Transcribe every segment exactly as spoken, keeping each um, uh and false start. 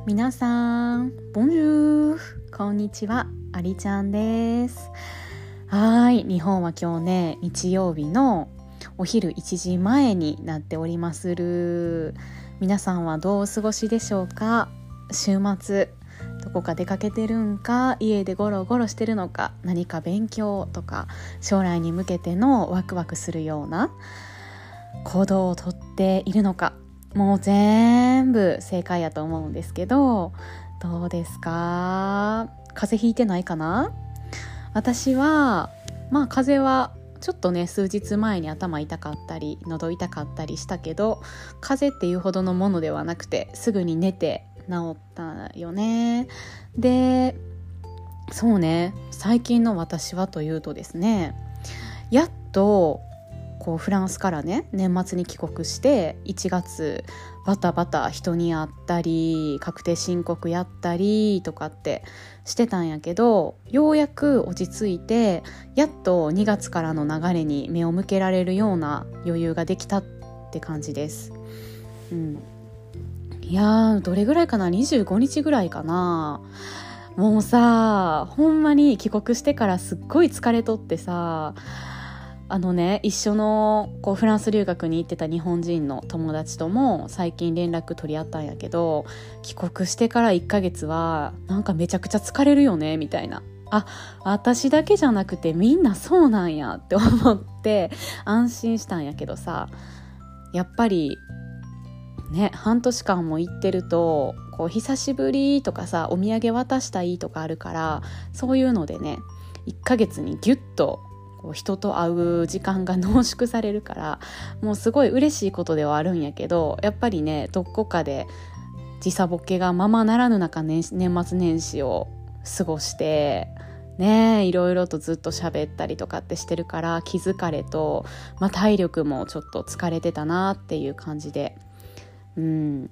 皆さんボンジュール、こんにちは、ありちゃんです。はい、日本は今日ね、日曜日のお昼いちじまえになっておりまする。皆さんはどうお過ごしでしょうか。週末どこか出かけてるんか、家でゴロゴロしてるのか、何か勉強とか将来に向けてのワクワクするような行動をとっているのか、もう全部正解やと思うんですけど、どうですか？風邪ひいてないかな？私はまあ風邪はちょっとね、数日前に頭痛かったり喉痛かったりしたけど、風邪っていうほどのものではなくて、すぐに寝て治ったよね。で、そうね、最近の私はというとですね、やっとこうフランスからね、年末に帰国していちがつバタバタ人に会ったり確定申告やったりとかってしてたんやけど、ようやく落ち着いて、やっとにがつからの流れに目を向けられるような余裕ができたって感じです。うん、いやー、どれぐらいかな、にじゅうごにちぐらいかな。もうさ、ほんまに帰国してからすっごい疲れとってさ、あのね、一緒のこうフランス留学に行ってた日本人の友達とも最近連絡取り合ったんやけど、帰国してからいっかげつはなんかめちゃくちゃ疲れるよねみたいな、あ、私だけじゃなくてみんなそうなんやって思って安心したんやけどさ、やっぱりね、半年間も行ってるとこう久しぶりとかさ、お土産渡したいとかあるから、そういうのでね、いっかげつにギュッとこう人と会う時間が濃縮されるから、もうすごい嬉しいことではあるんやけど、やっぱりね、どこかで時差ボケがままならぬ中、年、年末年始を過ごしてね、いろいろとずっと喋ったりとかってしてるから、気疲れと、まあ、体力もちょっと疲れてたなっていう感じで、うん、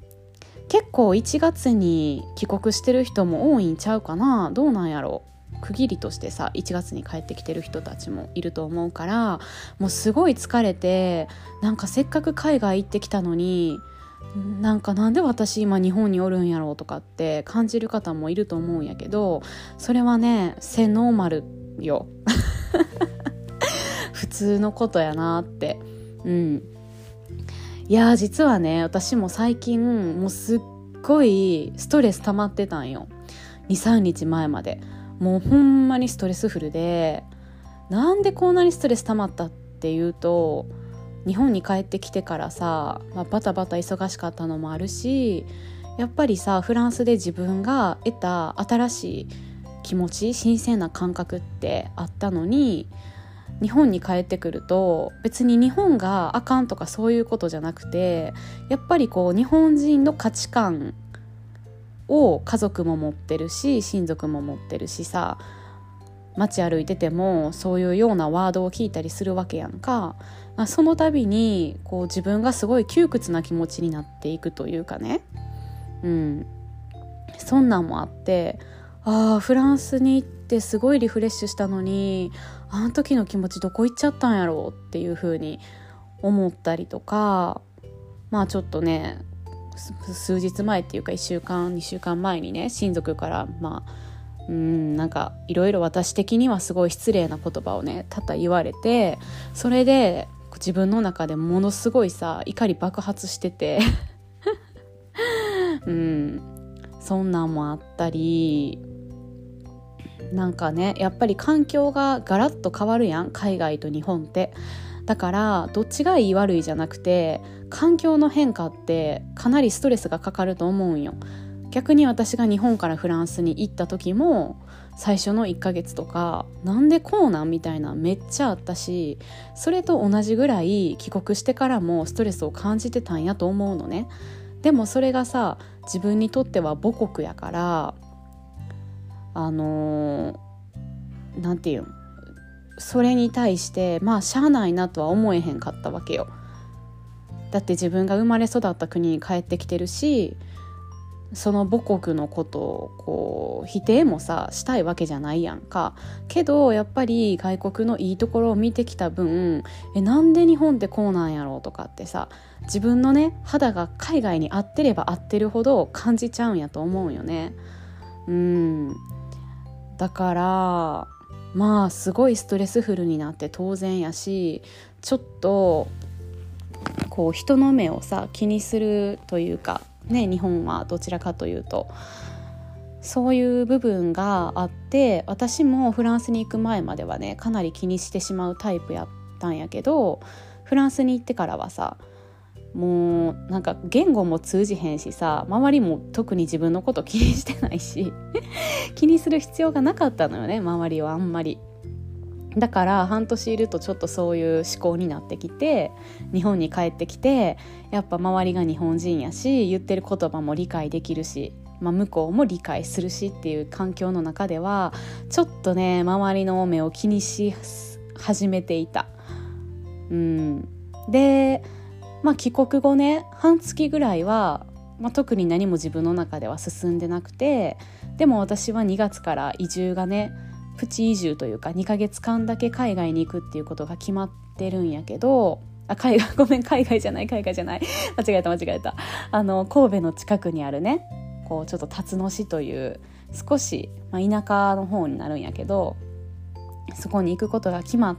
結構いちがつに帰国してる人も多いんちゃうかな。どうなんやろう。区切りとしてさ、いちがつに帰ってきてる人たちもいると思うから、もうすごい疲れて、なんかせっかく海外行ってきたのに、なんかなんで私今日本におるんやろうとかって感じる方もいると思うんやけど、それはね、セノーマルよ普通のことやなって。うん、いや実はね、私も最近もうすっごいストレス溜まってたんよ。にさんにちまえまでもうほんまにストレスフルで、なんでこんなにストレス溜まったっていうと、日本に帰ってきてからさ、まあ、バタバタ忙しかったのもあるし、やっぱりさ、フランスで自分が得た新しい気持ち、新鮮な感覚ってあったのに、日本に帰ってくると別に日本があかんとかそういうことじゃなくて、やっぱりこう日本人の価値観を家族も持ってるし、親族も持ってるしさ、街歩いててもそういうようなワードを聞いたりするわけやんか。その度にこう自分がすごい窮屈な気持ちになっていくというかね、うん、そんなんもあって、ああフランスに行ってすごいリフレッシュしたのに、あの時の気持ちどこ行っちゃったんやろうっていう風に思ったりとか、まあちょっとね、数日前っていうかいっしゅうかんにしゅうかんまえにね、親族からまあうーんなんかいろいろ私的にはすごい失礼な言葉をね多々言われて、それで自分の中でものすごいさ怒り爆発しててうんそんなんもあったり、なんかね、やっぱり環境がガラッと変わるやん、海外と日本って。だからどっちがいい悪いじゃなくて、環境の変化ってかなりストレスがかかると思うんよ。逆に私が日本からフランスに行った時も、最初のいっかげつとかなんでこうなんみたいなめっちゃあったし、それと同じぐらい帰国してからもストレスを感じてたんやと思うのね。でもそれがさ、自分にとっては母国やから、あのー、なんていうんそれに対してまあしゃあないなとは思えへんかったわけよ。だって自分が生まれ育った国に帰ってきてるし、 その母国のことをこう否定もさしたいわけじゃないやんか。けどやっぱり外国のいいところを見てきた分、えなんで日本ってこうなんやろうとかってさ、自分のね肌が海外に合ってれば合ってるほど感じちゃうんやと思うよね。うんだからまあすごいストレスフルになって当然やし、ちょっとこう人の目をさ気にするというかね、日本はどちらかというとそういう部分があって、私もフランスに行く前まではねかなり気にしてしまうタイプやったんやけど、フランスに行ってからはさ、もうなんか言語も通じへんしさ、周りも特に自分のこと気にしてないし気にする必要がなかったのよね、周りはあんまり。だから半年いるとちょっとそういう思考になってきて、日本に帰ってきてやっぱ周りが日本人やし、言ってる言葉も理解できるし、まあ、向こうも理解するしっていう環境の中ではちょっとね周りの目を気にし始めていた。うんで、まあ、帰国後ね半月ぐらいは、まあ、特に何も自分の中では進んでなくて、でも私はにがつから移住がねプチ移住というかにかげつかんだけ海外に行くっていうことが決まってるんやけど、あ海外ごめん海外じゃない海外じゃない間違えた間違えたあの神戸の近くにあるね、こうちょっと辰野市という少し、まあ、田舎の方になるんやけど、そこに行くことが決まって、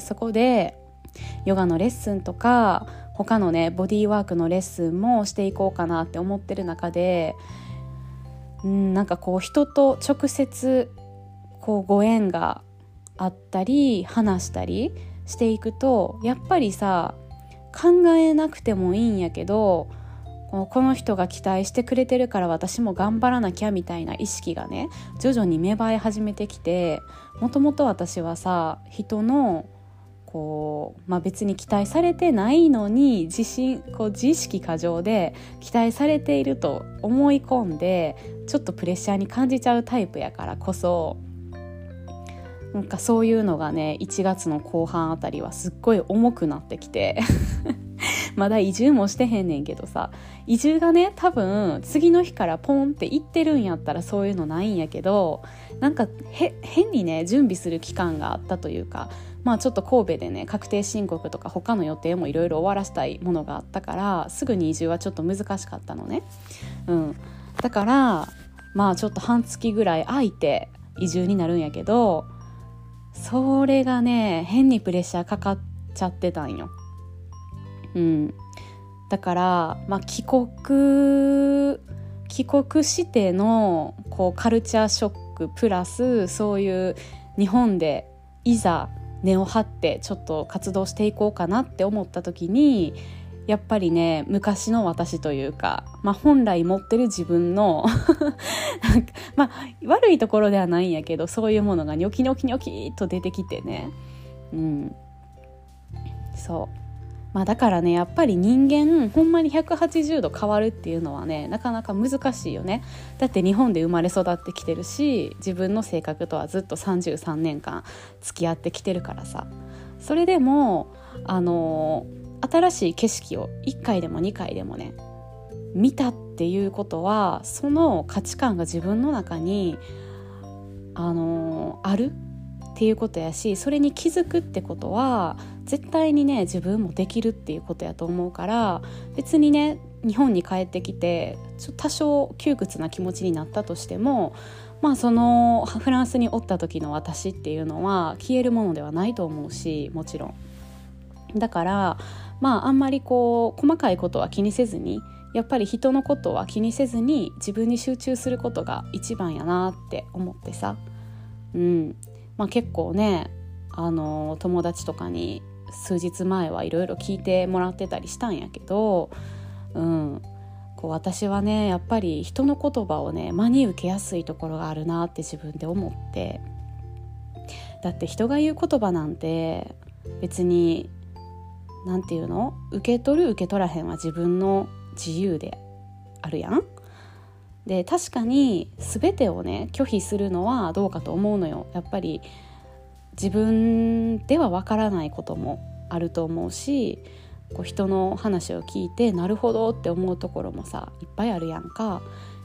そこでヨガのレッスンとか他のねボディーワークのレッスンもしていこうかなって思ってる中で、うんなんかこう人と直接こうご縁があったり話したりしていくと、やっぱりさ考えなくてもいいんやけど、この人が期待してくれてるから私も頑張らなきゃみたいな意識がね徐々に芽生え始めてきて、もともと私はさ人のこう、まあ、別に期待されてないのに自信こう自意識過剰で期待されていると思い込んでちょっとプレッシャーに感じちゃうタイプやからこそ、なんかそういうのがねいちがつの後半あたりはすっごい重くなってきてまだ移住もしてへんねんけどさ、移住がね多分次の日からポンって行ってるんやったらそういうのないんやけど、なんかへ変にね準備する期間があったというか、まあちょっと神戸でね確定申告とか他の予定もいろいろ終わらせたいものがあったから、すぐに移住はちょっと難しかったのね。うん、だからまあちょっと半月ぐらい空いて移住になるんやけど、それがね変にプレッシャーかかっちゃってたんよ。うん、だから、まあ、帰国帰国してのこうカルチャーショックプラス、そういう日本でいざ根を張ってちょっと活動していこうかなって思った時に、やっぱりね昔の私というか、まあ、本来持ってる自分のなんか、まあ、悪いところではないんやけど、そういうものがニョキニョキニョキっと出てきてね、うん、そうまあ、だからねやっぱり人間ほんまにひゃくはちじゅうど変わるっていうのはねなかなか難しいよね。だって日本で生まれ育ってきてるし、自分の性格とはずっとさんじゅうさんねんかん付き合ってきてるからさ、それでもあの新しい景色をいっかいでもにかいでもね見たっていうことは、その価値観が自分の中にあのあるっていうことやし、それに気づくってことは絶対にね自分もできるっていうことやと思うから、別にね日本に帰ってきてちょ多少窮屈な気持ちになったとしても、まあそのフランスにおった時の私っていうのは消えるものではないと思うし、もちろんだからまああんまりこう細かいことは気にせずに、やっぱり人のことは気にせずに自分に集中することが一番やなって思ってさ、うんまあ、結構ねあの友達とかに数日前はいろいろ聞いてもらってたりしたんやけど、うん、こう私はねやっぱり人の言葉をね真に受けやすいところがあるなって自分で思って、だって人が言う言葉なんて別になんていうの、受け取る受け取らへんは自分の自由であるやん。で確かに全てをね拒否するのはどうかと思うのよ。やっぱり自分ではわからないこともあると思うし、こう人の話を聞いてなるほどって思うところもさいっぱいあるやんか。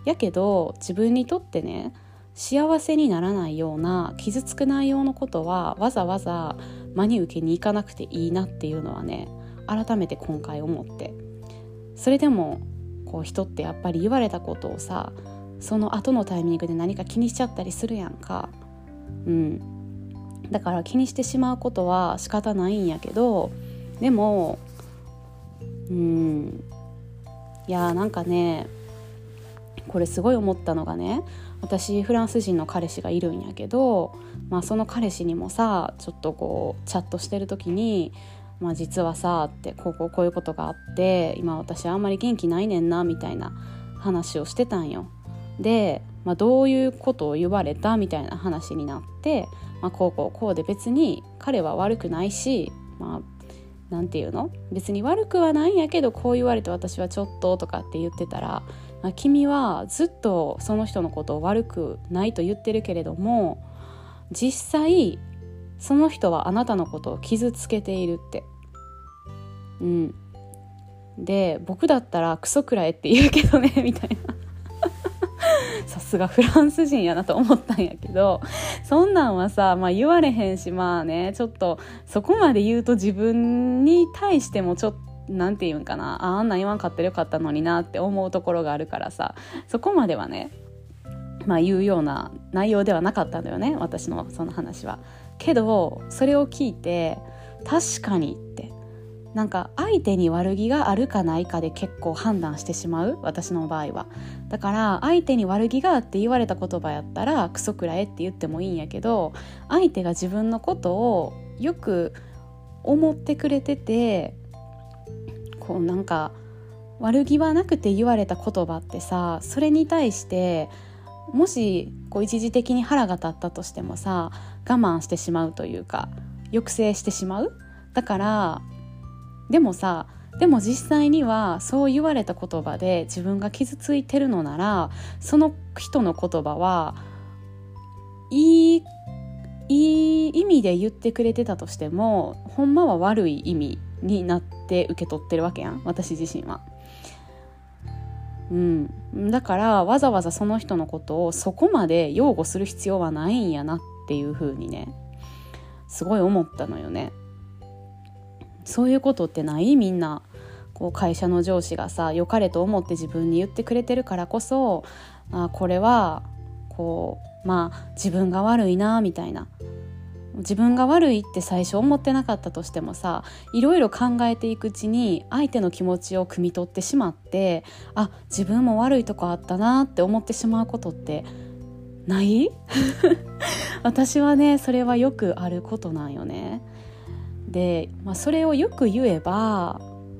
やけど自分にとってね幸せにならないような傷つく内容のことはわざわざ真に受けに行かなくていいなっていうのはね改めて今回思って、それでもこう人ってやっぱり言われたことをさその後のタイミングで何か気にしちゃったりするやんか。うんだから気にしてしまうことは仕方ないんやけど、でもうんいやなんかねこれすごい思ったのがね、私フランス人の彼氏がいるんやけど、まあ、その彼氏にもさちょっとこうチャットしてる時に、まあ、実はさってこうこうこういうことがあって今私あんまり元気ないねんなみたいな話をしてたんよ。で、まあ、どういうことを言われたみたいな話になって、まあ、こうこうこうで別に彼は悪くないし、まあなんていうの別に悪くはないんやけどこう言われて私はちょっととかって言ってたら、まあ、君はずっとその人のことを悪くないと言ってるけれども実際その人はあなたのことを傷つけているって。うんで僕だったらクソくらえって言うけどねみたいなさすがフランス人やなと思ったんやけど、そんなんはさ、まあ、言われへんし、まあねちょっとそこまで言うと自分に対してもちょっとなんて言うんかな、あ、あんなん言わんかったらよかったのになって思うところがあるからさ、そこまではね、まあ、言うような内容ではなかったんだよね私のその話は。けどそれを聞いて確かにってなんか相手に悪気があるかないかで結構判断してしまう私の場合は。だから相手に悪気があって言われた言葉やったらクソくらえって言ってもいいんやけど、相手が自分のことをよく思ってくれててこうなんか悪気はなくて言われた言葉ってさ、それに対してもしこう一時的に腹が立ったとしてもさ我慢してしまうというか抑制してしまう。だからでもさでも実際にはそう言われた言葉で自分が傷ついてるのならその人の言葉はいい、いい意味で言ってくれてたとしてもほんまは悪い意味になって受け取ってるわけやん私自身は。うん、だからわざわざその人のことをそこまで擁護する必要はないんやなっていう風にねすごい思ったのよね。そういうことってない？みんなこう会社の上司がさ良かれと思って自分に言ってくれてるからこそ、あこれはこうまあ自分が悪いなみたいな、自分が悪いって最初思ってなかったとしてもさいろいろ考えていくうちに相手の気持ちを汲み取ってしまって、あ自分も悪いとこあったなって思ってしまうことってない私はねそれはよくあることなんよね。で、まあ、それをよく言えば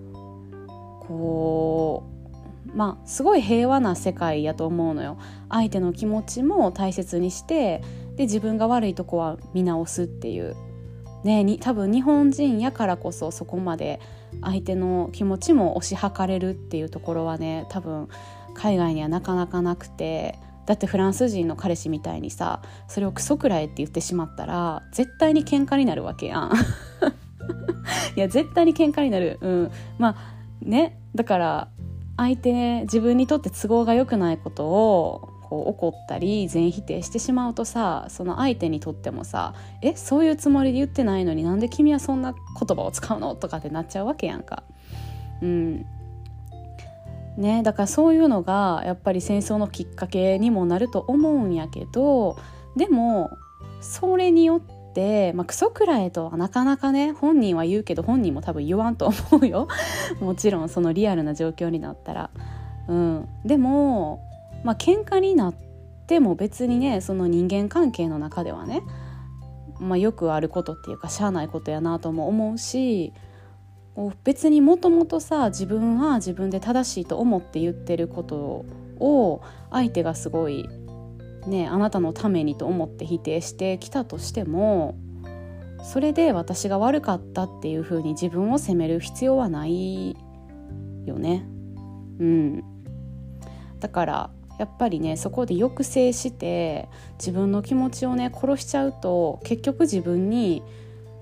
こうまあすごい平和な世界やと思うのよ。相手の気持ちも大切にしてで自分が悪いとこは見直すっていうね、に多分日本人やからこそそこまで相手の気持ちも推し量れるっていうところはね多分海外にはなかなかなくて、だってフランス人の彼氏みたいにさそれをクソくらえって言ってしまったら絶対に喧嘩になるわけやんいや絶対に喧嘩になる。うんまあねだから相手自分にとって都合が良くないことをこう怒ったり全否定してしまうとさ、その相手にとってもさえそういうつもりで言ってないのになんで君はそんな言葉を使うのとかってなっちゃうわけやんか。うんね、だからそういうのがやっぱり戦争のきっかけにもなると思うんやけど、でもそれによって、まあ、クソくらえとはなかなかね本人は言うけど本人も多分言わんと思うよもちろんそのリアルな状況になったら、うん、でもまあ喧嘩になっても別にねその人間関係の中ではね、まあ、よくあることっていうかしゃあないことやなとも思うし、別にもともとさ自分は自分で正しいと思って言ってることを相手がすごいねあなたのためにと思って否定してきたとしても、それで私が悪かったっていう風に自分を責める必要はないよね。うんだからやっぱりねそこで抑制して自分の気持ちをね殺しちゃうと結局自分に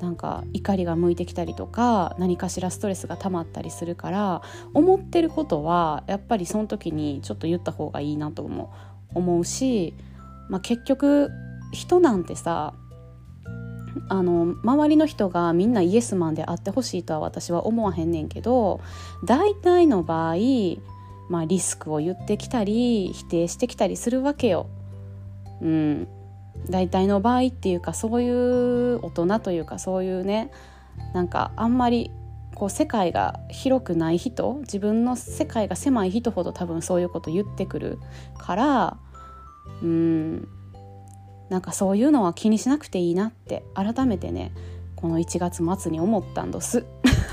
なんか怒りが向いてきたりとか何かしらストレスが溜まったりするから、思ってることはやっぱりその時にちょっと言った方がいいなとも思うし、まあ、結局人なんてさ、あの周りの人がみんなイエスマンであってほしいとは私は思わへんねんけど、大体の場合、まあ、リスクを言ってきたり否定してきたりするわけよ。うん、大体の場合っていうか、そういう大人というか、そういうね、なんかあんまりこう世界が広くない人、自分の世界が狭い人ほど多分そういうこと言ってくるから、うん、なんかそういうのは気にしなくていいなって改めてね、このいちがつ末に思ったんです。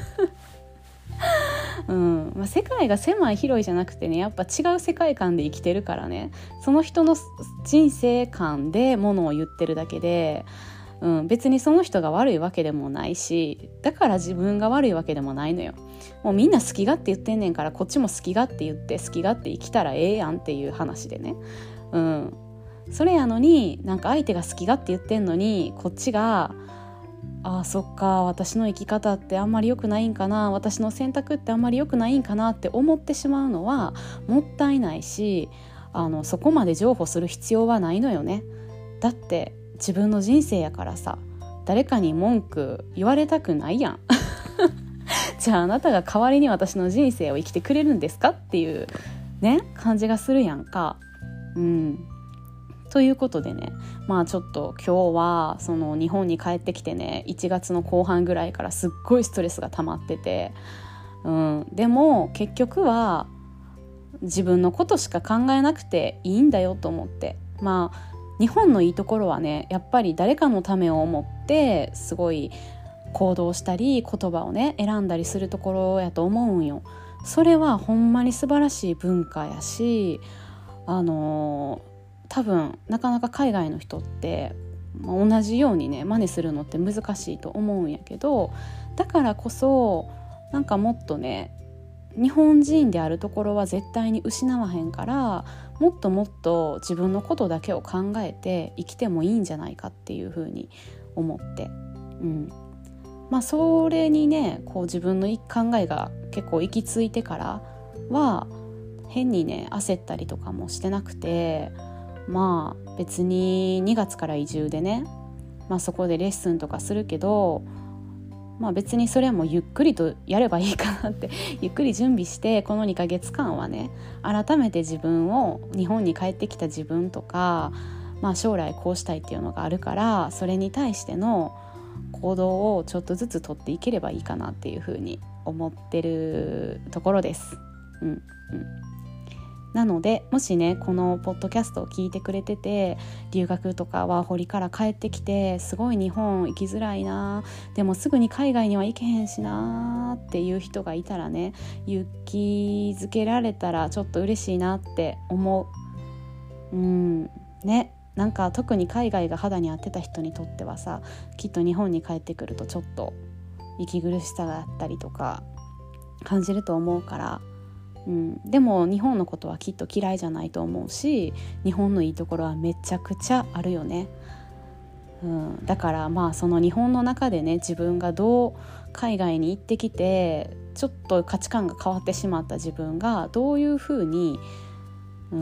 うんまあ、世界が狭い広いじゃなくてね、やっぱ違う世界観で生きてるからね、その人の人生観でものを言ってるだけで、うん、別にその人が悪いわけでもないし、だから自分が悪いわけでもないのよ。もうみんな好き勝手言ってんねんから、こっちも好き勝手言って好き勝手生きたらええやんっていう話でね、うん、それやのに、なんか相手が好き勝手言ってんのに、こっちがああそっか、私の生き方ってあんまり良くないんかな、私の選択ってあんまり良くないんかなって思ってしまうのはもったいないし、あのそこまで譲歩する必要はないのよね。だって自分の人生やからさ、誰かに文句言われたくないやん。じゃああなたが代わりに私の人生を生きてくれるんですかっていうね感じがするやんか。うんということでね、まあちょっと今日はその日本に帰ってきてね、いちがつの後半ぐらいからすっごいストレスが溜まってて、うん、でも結局は自分のことしか考えなくていいんだよと思って、まあ日本のいいところはね、やっぱり誰かのためを思ってすごい行動したり言葉をね選んだりするところやと思うんよ。それはほんまに素晴らしい文化やし、あのー多分なかなか海外の人って同じようにね真似するのって難しいと思うんやけど、だからこそなんかもっとね、日本人であるところは絶対に失わへんから、もっともっと自分のことだけを考えて生きてもいいんじゃないかっていうふうに思って、うんまあそれにねこう自分の考えが結構行き着いてからは変にね焦ったりとかもしてなくて、まあ別ににがつから移住でね、まあそこでレッスンとかするけど、まあ別にそれはもうゆっくりとやればいいかなってゆっくり準備して、このにかげつかんはね改めて自分を、日本に帰ってきた自分とか、まあ将来こうしたいっていうのがあるから、それに対しての行動をちょっとずつ取っていければいいかなっていうふうに思ってるところです。うんうんなのでもしねこのポッドキャストを聞いてくれてて、留学とかワーホリから帰ってきてすごい日本行きづらいな、でもすぐに海外には行けへんしなっていう人がいたらね、勇気づけられたらちょっと嬉しいなって思う。うんねなんか特に海外が肌に合ってた人にとってはさ、きっと日本に帰ってくるとちょっと息苦しさがあったりとか感じると思うから、うん、でも日本のことはきっと嫌いじゃないと思うし、日本のいいところはめちゃくちゃあるよね、うん、だからまあその日本の中でね、自分がどう海外に行ってきてちょっと価値観が変わってしまった自分がどういうふうに、うん、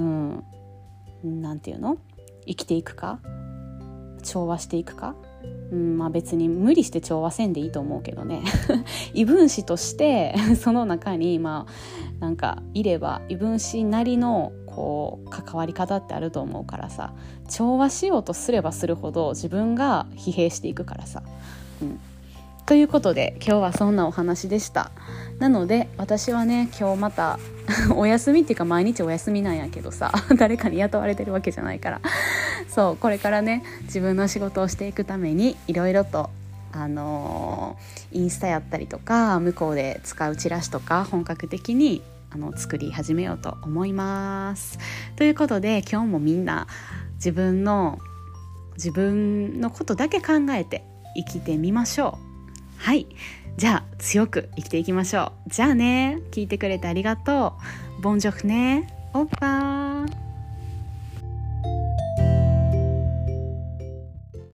なんていうの生きていくか、調和していくか、うんまあ、別に無理して調和せんでいいと思うけどね異分子としてその中にまあなんかいれば、異分子なりのこう関わり方ってあると思うからさ、調和しようとすればするほど自分が疲弊していくからさ、うん、ということで今日はそんなお話でした。なので私はね今日またお休みっていうか毎日お休みなんやけどさ誰かに雇われてるわけじゃないからそうこれからね自分の仕事をしていくためにいろいろとあのー、インスタやったりとか向こうで使うチラシとか本格的にあの作り始めようと思います。ということで今日もみんな自分の自分のことだけ考えて生きてみましょう。はい、じゃあ強く生きていきましょう。じゃあね、聞いてくれてありがとう。ボンジョフね。オッパー。